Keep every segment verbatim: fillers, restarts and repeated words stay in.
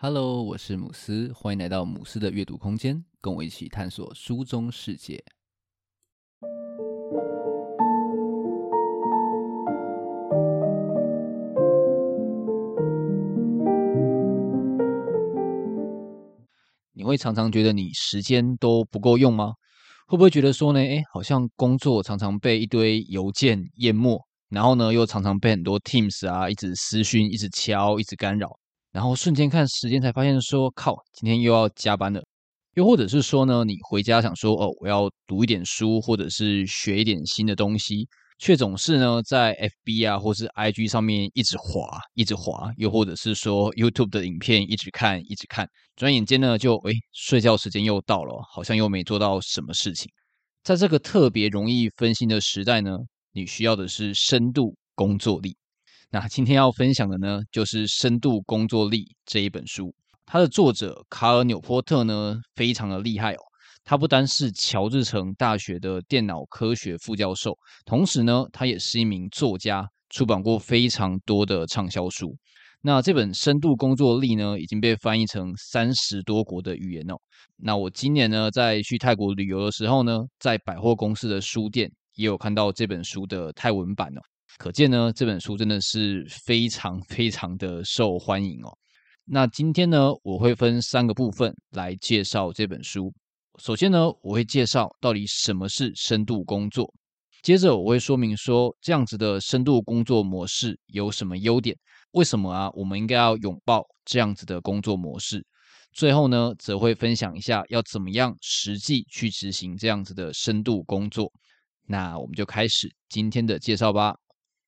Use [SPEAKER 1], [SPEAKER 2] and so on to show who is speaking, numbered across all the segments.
[SPEAKER 1] Hello，我是姆斯，欢迎来到姆斯的阅读空间，跟我一起探索书中世界。你会常常觉得你时间都不够用吗？会不会觉得说呢，诶，好像工作常常被一堆邮件淹没，然后呢，又常常被很多 Teams 啊一直私讯、一直敲、一直干扰，然后瞬间看时间才发现说，靠，今天又要加班了。又或者是说呢，你回家想说，哦，我要读一点书，或者是学一点新的东西，却总是呢在 F B 啊或是 I G 上面一直滑，一直滑，又或者是说 YouTube 的影片一直看，一直看，转眼间呢就诶睡觉时间又到了，好像又没做到什么事情。在这个特别容易分心的时代呢，你需要的是深度工作力。那今天要分享的呢，就是《深度工作力》这一本书。它的作者卡尔纽波特呢，非常的厉害哦。他不单是乔治城大学的电脑科学副教授，同时呢，他也是一名作家，出版过非常多的畅销书。那这本《深度工作力》呢，已经被翻译成三十多国的语言哦。那我今年呢，在去泰国旅游的时候呢，在百货公司的书店也有看到这本书的泰文版哦。可见呢，这本书真的是非常非常的受欢迎哦。那今天呢，我会分三个部分来介绍这本书。首先呢，我会介绍到底什么是深度工作，接着我会说明说这样子的深度工作模式有什么优点，为什么啊我们应该要拥抱这样子的工作模式。最后呢，则会分享一下要怎么样实际去执行这样子的深度工作。那我们就开始今天的介绍吧。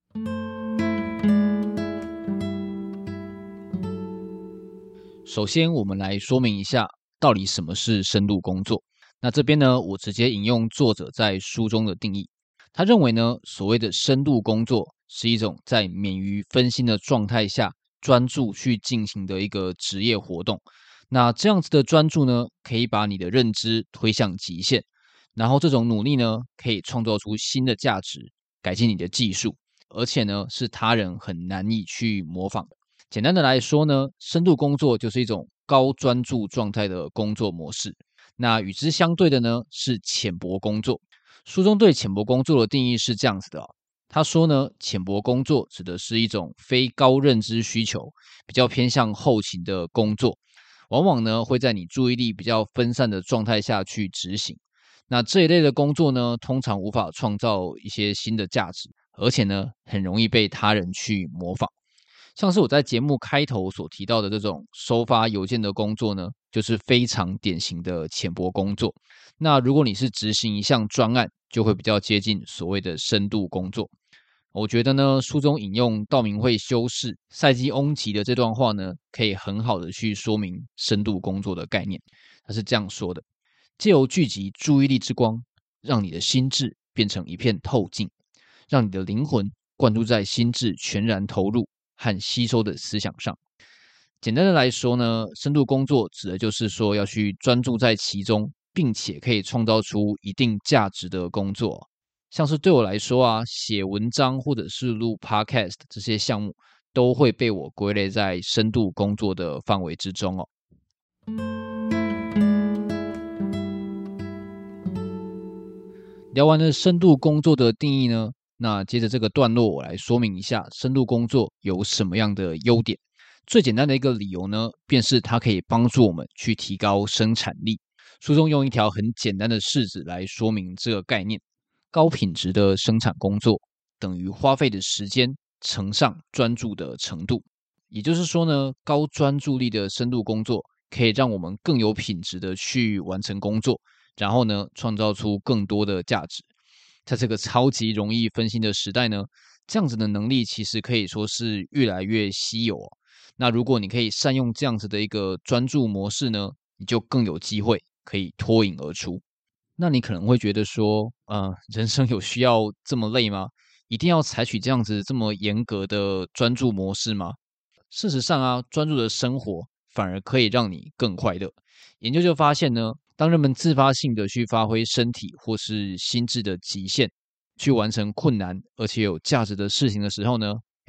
[SPEAKER 1] 首先，我们来说明一下到底什么是深度工作。那这边呢，我直接引用作者在书中的定义。他认为呢，所谓的深度工作是一种在免于分心的状态下专注去进行的一个职业活动。那这样子的专注呢，可以把你的认知推向极限，然后这种努力呢，可以创造出新的价值，改进你的技术，而且呢，是他人很难以去模仿的。简单的来说呢，深度工作就是一种高专注状态的工作模式。那与之相对的呢，是浅薄工作。书中对浅薄工作的定义是这样子的、哦、他说呢，浅薄工作指的是一种非高认知需求，比较偏向后勤的工作，往往呢会在你注意力比较分散的状态下去执行。那这一类的工作呢，通常无法创造一些新的价值，而且呢，很容易被他人去模仿。像是我在节目开头所提到的这种收发邮件的工作呢，就是非常典型的浅薄工作。那如果你是执行一项专案，就会比较接近所谓的深度工作。我觉得呢，书中引用道明会修士赛基翁奇的这段话呢，可以很好的去说明深度工作的概念。他是这样说的：借由聚集注意力之光，让你的心智变成一片透镜，让你的灵魂灌注在心智全然投入和吸收的思想上。简单的来说呢，深度工作指的就是说要去专注在其中，并且可以创造出一定价值的工作。像是对我来说啊，写文章或者是录 podcast 这些项目，都会被我归类在深度工作的范围之中哦。聊完了深度工作的定义呢，那接着这个段落我来说明一下深度工作有什么样的优点。最简单的一个理由呢，便是它可以帮助我们去提高生产力。书中用一条很简单的式子来说明这个概念：高品质的生产工作等于花费的时间乘上专注的程度。也就是说呢，高专注力的深度工作可以让我们更有品质的去完成工作，然后呢，创造出更多的价值。在这个超级容易分心的时代呢，这样子的能力其实可以说是越来越稀有哦。那如果你可以善用这样子的一个专注模式呢，你就更有机会可以脱颖而出。那你可能会觉得说，呃，人生有需要这么累吗？一定要采取这样子这么严格的专注模式吗？事实上啊，专注的生活反而可以让你更快乐。研究就发现呢，当人们自发性的去发挥身体或是心智的极限，去完成困难而且有价值的事情的时候呢，诶，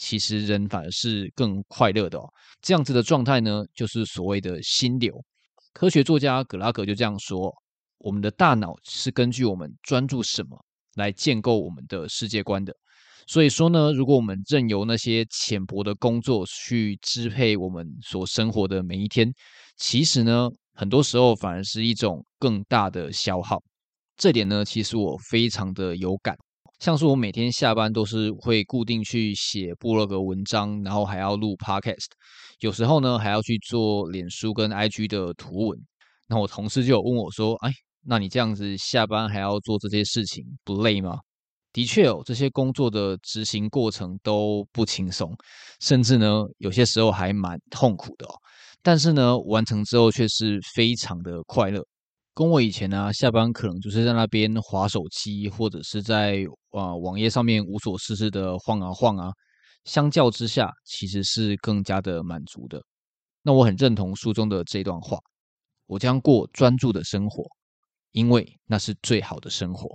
[SPEAKER 1] 其实人反而是更快乐的哦。这样子的状态呢，就是所谓的心流。科学作家葛拉格就这样说：我们的大脑是根据我们专注什么来建构我们的世界观的。所以说呢，如果我们任由那些浅薄的工作去支配我们所生活的每一天，其实呢，很多时候反而是一种更大的消耗。这点呢，其实我非常的有感。像是我每天下班都是会固定去写部落格文章，然后还要录 podcast，有时候呢还要去做脸书跟 I G 的图文。那我同事就有问我说：“哎，那你这样子下班还要做这些事情，不累吗？”的确哦，这些工作的执行过程都不轻松，甚至呢有些时候还蛮痛苦的哦。但是呢，完成之后却是非常的快乐。跟我以前呢、啊，下班可能就是在那边滑手机，或者是在啊、呃网页上面无所事事的晃啊晃啊，相较之下，其实是更加的满足的。那我很认同书中的这段话，我将过专注的生活，因为那是最好的生活。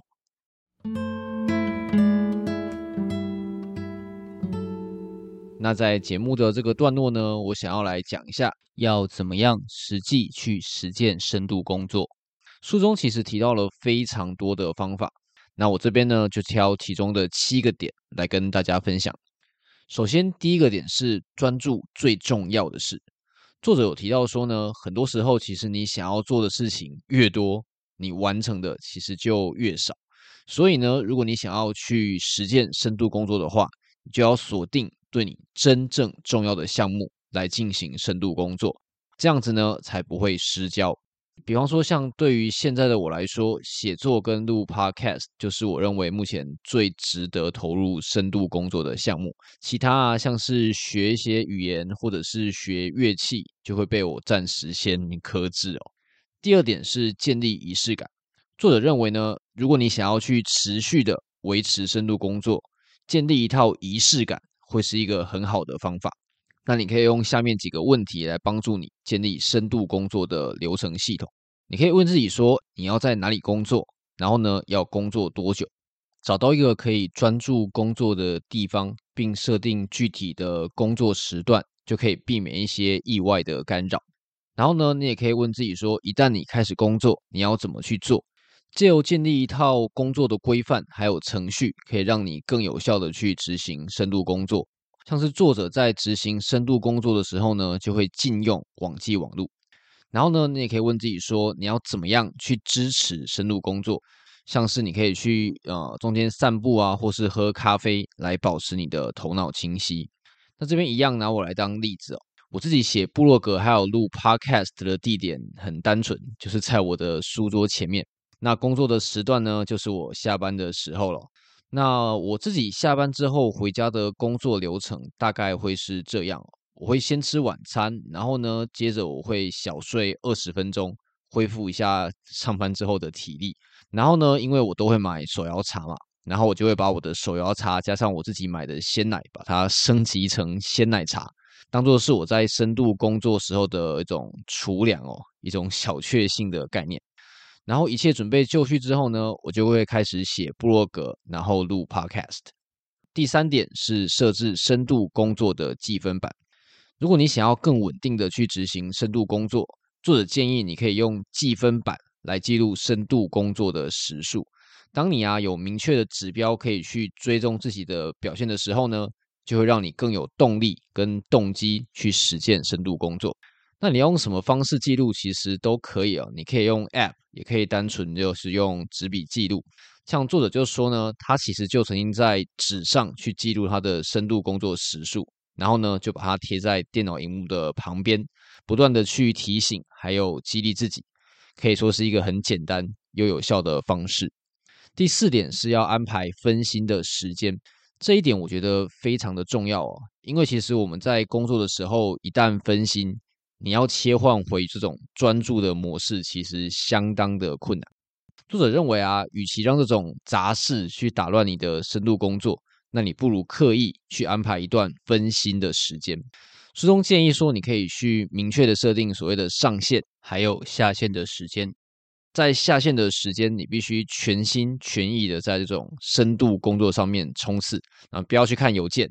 [SPEAKER 1] 那在节目的这个段落呢，我想要来讲一下，要怎么样实际去实践深度工作。书中其实提到了非常多的方法，那我这边呢就挑其中的七个点来跟大家分享。首先，第一个点是专注最重要的事。作者有提到说呢，很多时候其实你想要做的事情越多，你完成的其实就越少。所以呢，如果你想要去实践深度工作的话，你就要锁定对你真正重要的项目来进行深度工作，这样子呢才不会失焦。比方说，像对于现在的我来说，写作跟录 podcast 就是我认为目前最值得投入深度工作的项目。其他啊，像是学一些语言或者是学乐器，就会被我暂时先搁置哦。第二点是建立仪式感。作者认为呢，如果你想要去持续的维持深度工作，建立一套仪式感会是一个很好的方法。那你可以用下面几个问题来帮助你建立深度工作的流程系统。你可以问自己说，你要在哪里工作，然后呢，要工作多久，找到一个可以专注工作的地方，并设定具体的工作时段，就可以避免一些意外的干扰。然后呢，你也可以问自己说，一旦你开始工作，你要怎么去做？借由建立一套工作的规范还有程序，可以让你更有效的去执行深度工作。像是作者在执行深度工作的时候呢，就会禁用网际网路。然后呢，你也可以问自己说，你要怎么样去支持深度工作？像是你可以去呃中间散步啊，或是喝咖啡来保持你的头脑清晰。那这边一样拿我来当例子哦，我自己写部落格还有录 podcast 的地点很单纯，就是在我的书桌前面。那工作的时段呢，就是我下班的时候了。那我自己下班之后回家的工作流程大概会是这样哦，我会先吃晚餐，然后呢，接着我会小睡二十分钟，恢复一下上班之后的体力。然后呢，因为我都会买手摇茶嘛，然后我就会把我的手摇茶加上我自己买的鲜奶，把它升级成鲜奶茶，当做是我在深度工作时候的一种储粮哦，一种小确幸的概念。然后一切准备就绪之后呢，我就会开始写部落格，然后录 podcast。第三点是设置深度工作的计分板。如果你想要更稳定的去执行深度工作，作者建议你可以用计分板来记录深度工作的时数。当你啊有明确的指标可以去追踪自己的表现的时候呢，就会让你更有动力跟动机去实践深度工作。那你要用什么方式记录，其实都可以哦。你可以用 App， 也可以单纯就是用纸笔记录。像作者就说呢，他其实就曾经在纸上去记录他的深度工作时数，然后呢就把它贴在电脑荧幕的旁边，不断的去提醒还有激励自己，可以说是一个很简单又有效的方式。第四点是要安排分心的时间，这一点我觉得非常的重要哦，因为其实我们在工作的时候一旦分心，你要切换回这种专注的模式，其实相当的困难。作者认为啊，与其让这种杂事去打乱你的深度工作，那你不如刻意去安排一段分心的时间。书中建议说，你可以去明确的设定所谓的上限还有下限的时间。在下线的时间，你必须全心全意的在这种深度工作上面冲刺啊，不要去看邮件，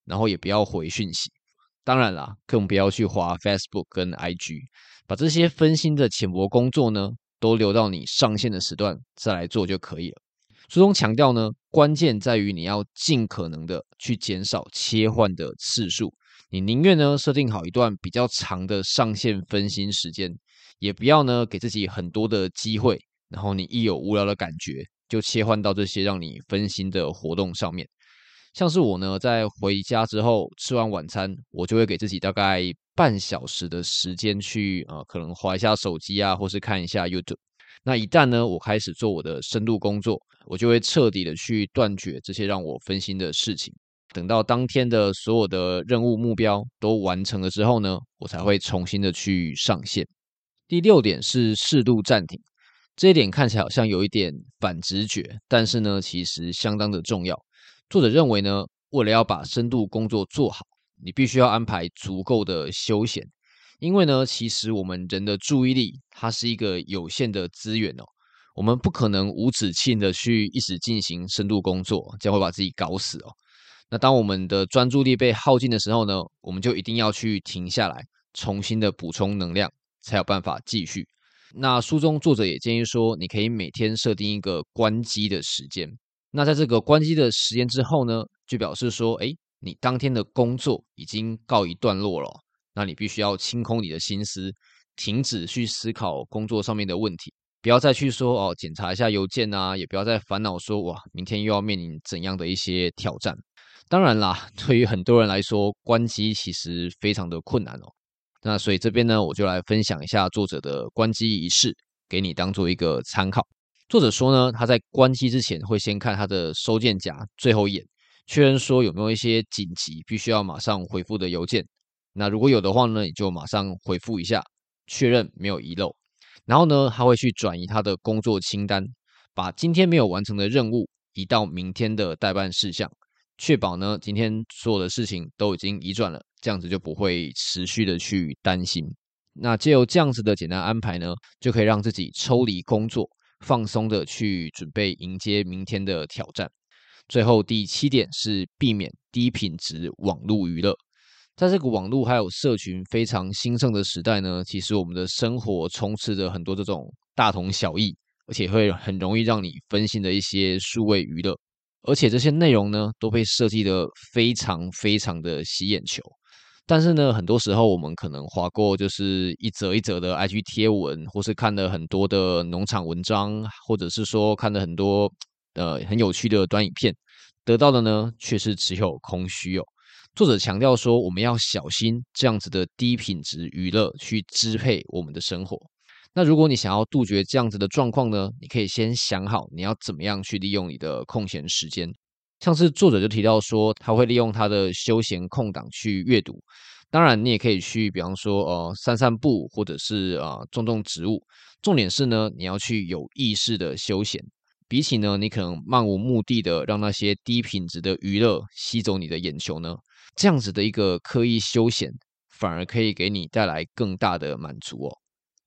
[SPEAKER 1] 然后也不要回讯息。当然啦，更不要去滑 Facebook 跟 I G， 把这些分心的浅薄工作呢，都留到你上线的时段再来做就可以了。书中强调呢，关键在于你要尽可能的去减少切换的次数，你宁愿呢设定好一段比较长的上线分心时间，也不要呢给自己很多的机会，然后你一有无聊的感觉，就切换到这些让你分心的活动上面。像是我呢，在回家之后吃完晚餐，我就会给自己大概半小时的时间去呃，可能滑一下手机啊，或是看一下 YouTube。那一旦呢，我开始做我的深度工作，我就会彻底的去断绝这些让我分心的事情。等到当天的所有的任务目标都完成了之后呢，我才会重新的去上线。第六点是适度暂停，这一点看起来好像有一点反直觉，但是呢，其实相当的重要。作者认为呢，为了要把深度工作做好，你必须要安排足够的休闲。因为呢，其实我们人的注意力它是一个有限的资源哦，我们不可能无止境的去一直进行深度工作，这样会把自己搞死哦。那当我们的专注力被耗尽的时候呢，我们就一定要去停下来，重新的补充能量，才有办法继续。那书中作者也建议说，你可以每天设定一个关机的时间。那在这个关机的时间之后呢，就表示说，诶，你当天的工作已经告一段落了哦，那你必须要清空你的心思，停止去思考工作上面的问题，不要再去说哦，检查一下邮件啊，也不要再烦恼说哇，明天又要面临怎样的一些挑战。当然啦，对于很多人来说，关机其实非常的困难哦。那所以这边呢，我就来分享一下作者的关机仪式，给你当做一个参考。作者说呢，他在关机之前会先看他的收件夹最后一眼，确认说有没有一些紧急必须要马上回复的邮件。那如果有的话呢，你就马上回复一下，确认没有遗漏。然后呢，他会去转移他的工作清单，把今天没有完成的任务移到明天的待办事项，确保呢今天所有的事情都已经移转了，这样子就不会持续的去担心。那藉由这样子的简单安排呢，就可以让自己抽离工作，放松的去准备迎接明天的挑战。最后第七点是避免低品质网络娱乐。在这个网络还有社群非常兴盛的时代呢，其实我们的生活充斥着很多这种大同小异，而且会很容易让你分心的一些数位娱乐，而且这些内容呢都被设计的非常非常的吸眼球。但是呢，很多时候我们可能划过就是一则一则的 I G 贴文，或是看了很多的农场文章，或者是说看了很多呃很有趣的短影片，得到的呢却是只有空虚哦。作者强调说，我们要小心这样子的低品质娱乐去支配我们的生活。那如果你想要杜绝这样子的状况呢，你可以先想好你要怎么样去利用你的空闲时间。像是作者就提到说，他会利用他的休闲空档去阅读。当然，你也可以去，比方说呃散散步，或者是呃种种植物。重点是呢，你要去有意识的休闲。比起呢，你可能漫无目的的让那些低品质的娱乐吸走你的眼球呢，这样子的一个刻意休闲，反而可以给你带来更大的满足哦。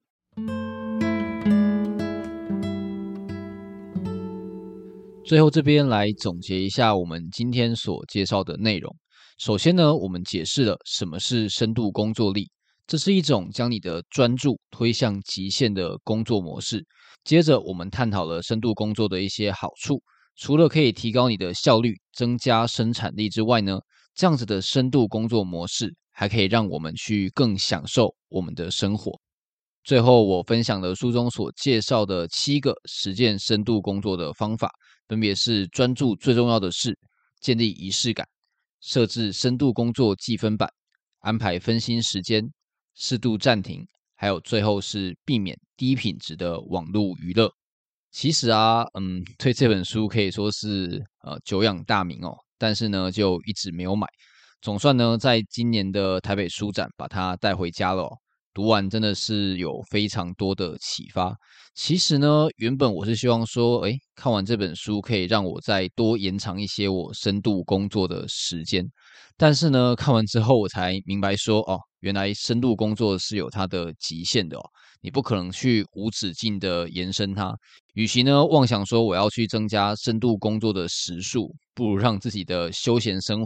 [SPEAKER 1] 最后这边来总结一下我们今天所介绍的内容。首先呢，我们解释了什么是深度工作力，这是一种将你的专注推向极限的工作模式。接着我们探讨了深度工作的一些好处，除了可以提高你的效率、增加生产力之外呢，这样子的深度工作模式还可以让我们去更享受我们的生活。最后，我分享了书中所介绍的七个实践深度工作的方法，分别是专注最重要的事、建立仪式感、设置深度工作计分板、安排分心时间、适度暂停，还有最后是避免低品质的网络娱乐。其实啊，嗯，对这本书可以说是呃久仰大名哦，但是呢就一直没有买。总算呢，在今年的台北书展把它带回家了哦。读完真的是有非常多的启发。其实呢，原本我是希望说，诶，看完这本书可以让我再多延长一些我深度工作的时间。但是呢，看完之后我才明白说，哦，原来深度工作是有它的极限的哦，你不可能去无止境的延伸它。与其呢妄想说我要去增加深度工作的时数，不如让自己的休闲生活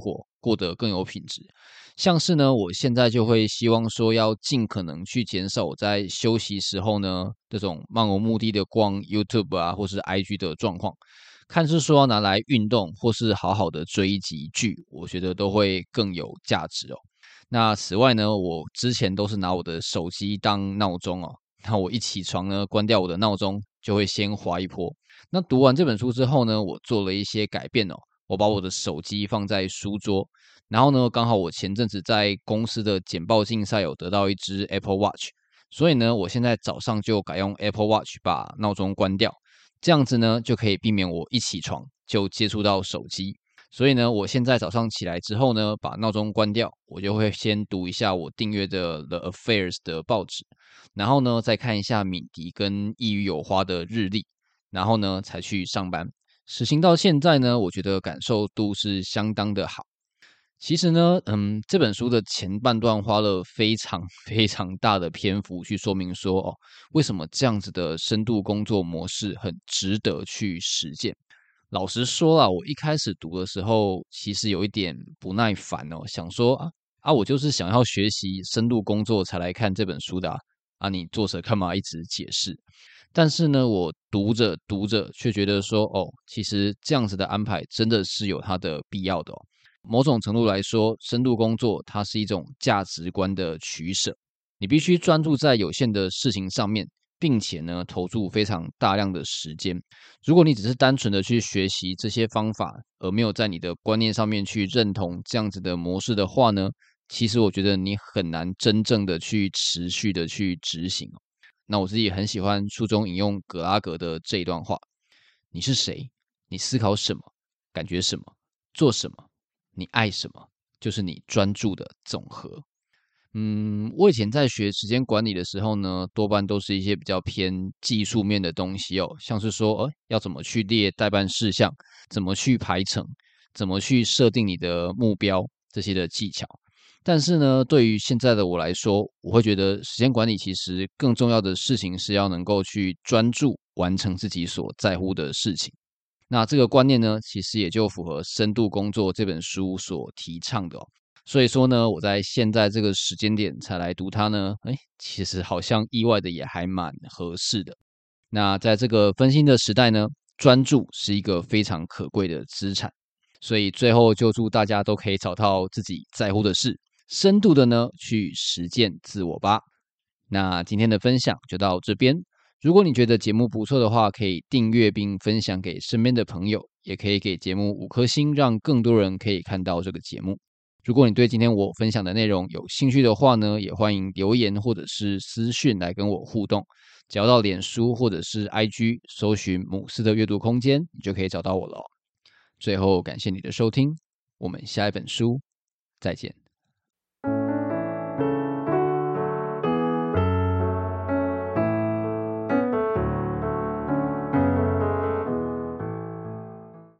[SPEAKER 1] 过得更有品质。像是呢，我现在就会希望说要尽可能去减少我在休息时候呢这种漫无目的的逛 YouTube 啊或是 I G 的状况。看是说要拿来运动，或是好好的追一集剧，我觉得都会更有价值哦。那此外呢，我之前都是拿我的手机当闹钟哦，那我一起床呢，关掉我的闹钟，就会先滑一波。那读完这本书之后呢，我做了一些改变哦，我把我的手机放在书桌，然后呢，刚好我前阵子在公司的简报竞赛有得到一支 Apple Watch，所以呢，我现在早上就改用 Apple Watch 把闹钟关掉。这样子呢，就可以避免我一起床就接触到手机。所以呢，我现在早上起来之后呢，把闹钟关掉，我就会先读一下我订阅的 The Affairs 的报纸，然后呢，再看一下敏迪跟异语有花的日历，然后呢，才去上班。实行到现在呢，我觉得感受度是相当的好。其实呢，嗯，这本书的前半段花了非常非常大的篇幅去说明说，哦，为什么这样子的深度工作模式很值得去实践。老实说啊，我一开始读的时候，其实有一点不耐烦哦，想说啊啊，我就是想要学习深度工作才来看这本书的啊，啊你作者干嘛一直解释？但是呢，我读着读着却觉得说，哦，其实这样子的安排真的是有它的必要的哦。某种程度来说，深度工作它是一种价值观的取舍，你必须专注在有限的事情上面，并且呢，投注非常大量的时间。如果你只是单纯的去学习这些方法，而没有在你的观念上面去认同这样子的模式的话呢，其实我觉得你很难真正的去持续的去执行哦。那我自己很喜欢书中引用格拉格的这一段话：你是谁？你思考什么？感觉什么？做什么？你爱什么？就是你专注的总和。嗯，我以前在学时间管理的时候呢，多半都是一些比较偏技术面的东西哦，像是说，呃，要怎么去列待办事项，怎么去排程，怎么去设定你的目标这些的技巧。但是呢，对于现在的我来说，我会觉得时间管理其实更重要的事情是要能够去专注完成自己所在乎的事情。那这个观念呢，其实也就符合《深度工作》这本书所提倡的哦。所以说呢，我在现在这个时间点才来读它呢，哎，其实好像意外的也还蛮合适的。那在这个分心的时代呢，专注是一个非常可贵的资产。所以最后就祝大家都可以找到自己在乎的事，深度的呢去实践自我吧。那今天的分享就到这边。如果你觉得节目不错的话，可以订阅并分享给身边的朋友，也可以给节目五颗星，让更多人可以看到这个节目。如果你对今天我分享的内容有兴趣的话呢，也欢迎留言或者是私讯来跟我互动。只要到脸书或者是 I G 搜寻姆斯的阅读空间，你就可以找到我了哦。最后感谢你的收听，我们下一本书再见。